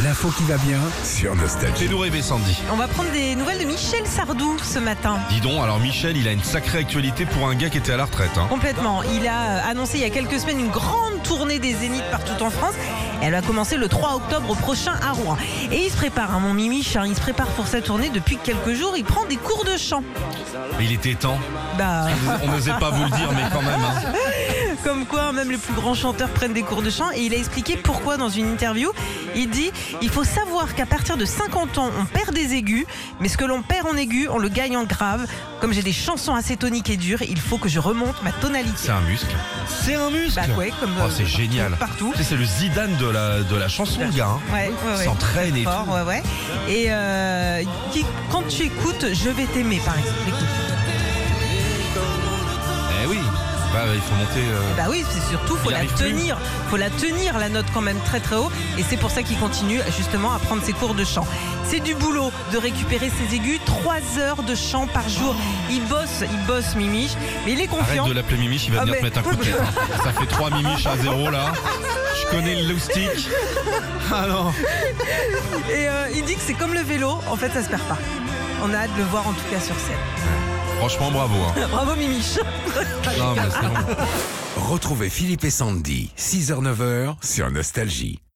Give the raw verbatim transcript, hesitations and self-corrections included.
L'info qui va bien sur Nostalgie. Fais-nous rêver, Sandy. On va prendre des nouvelles de Michel Sardou ce matin. Dis donc, alors Michel, il a une sacrée actualité pour un gars qui était à la retraite. Hein. Complètement. Il a annoncé il y a quelques semaines une grande tournée des Zéniths partout en France. Elle va commencer le trois octobre prochain à Rouen. Et il se prépare, hein, mon Mimich, hein, il se prépare pour sa tournée depuis quelques jours. Il prend des cours de chant. Mais il était temps. Bah... On n'osait pas vous le dire, mais quand même. Hein. Comme quoi, même les plus grands chanteurs prennent des cours de chant. Et il a expliqué pourquoi dans une interview. Il dit, il faut savoir qu'à partir de cinquante ans, on perd des aigus. Mais ce que l'on perd en aigu, on le gagne en grave. Comme j'ai des chansons assez toniques et dures, il faut que je remonte ma tonalité. C'est un muscle. C'est un muscle. Bah ouais, comme oh, c'est partout, génial. Partout. C'est le Zidane de la, de la chanson, le gars. Hein. Ouais, ouais, ouais. S'entraîne et fort, tout. Ouais, ouais. Et euh, qui, quand tu écoutes Je vais t'aimer, par exemple. Écoute. Eh oui. Bah, il faut monter. Euh... Bah oui, c'est surtout faut Il la arrive tenir, plus. faut la tenir la note quand même très très haut. Et c'est pour ça qu'il continue justement à prendre ses cours de chant. C'est du boulot de récupérer ses aigus, trois heures de chant par jour. Il bosse, il bosse Mimich, mais il est confiant. Arrête de l'appeler Mimich, il va Ah venir mais... te mettre un coup de tête. Hein. Ça fait trois Mimich à zéro là. Je connais le loustic. Ah non. Et euh, il dit que c'est comme le vélo, en fait ça se perd pas. On a hâte de le voir en tout cas sur scène. Franchement, bravo. Hein. Bravo Mimich. Non, mais c'est bon. Retrouvez Philippe et Sandy, six heures neuf heures sur Nostalgie.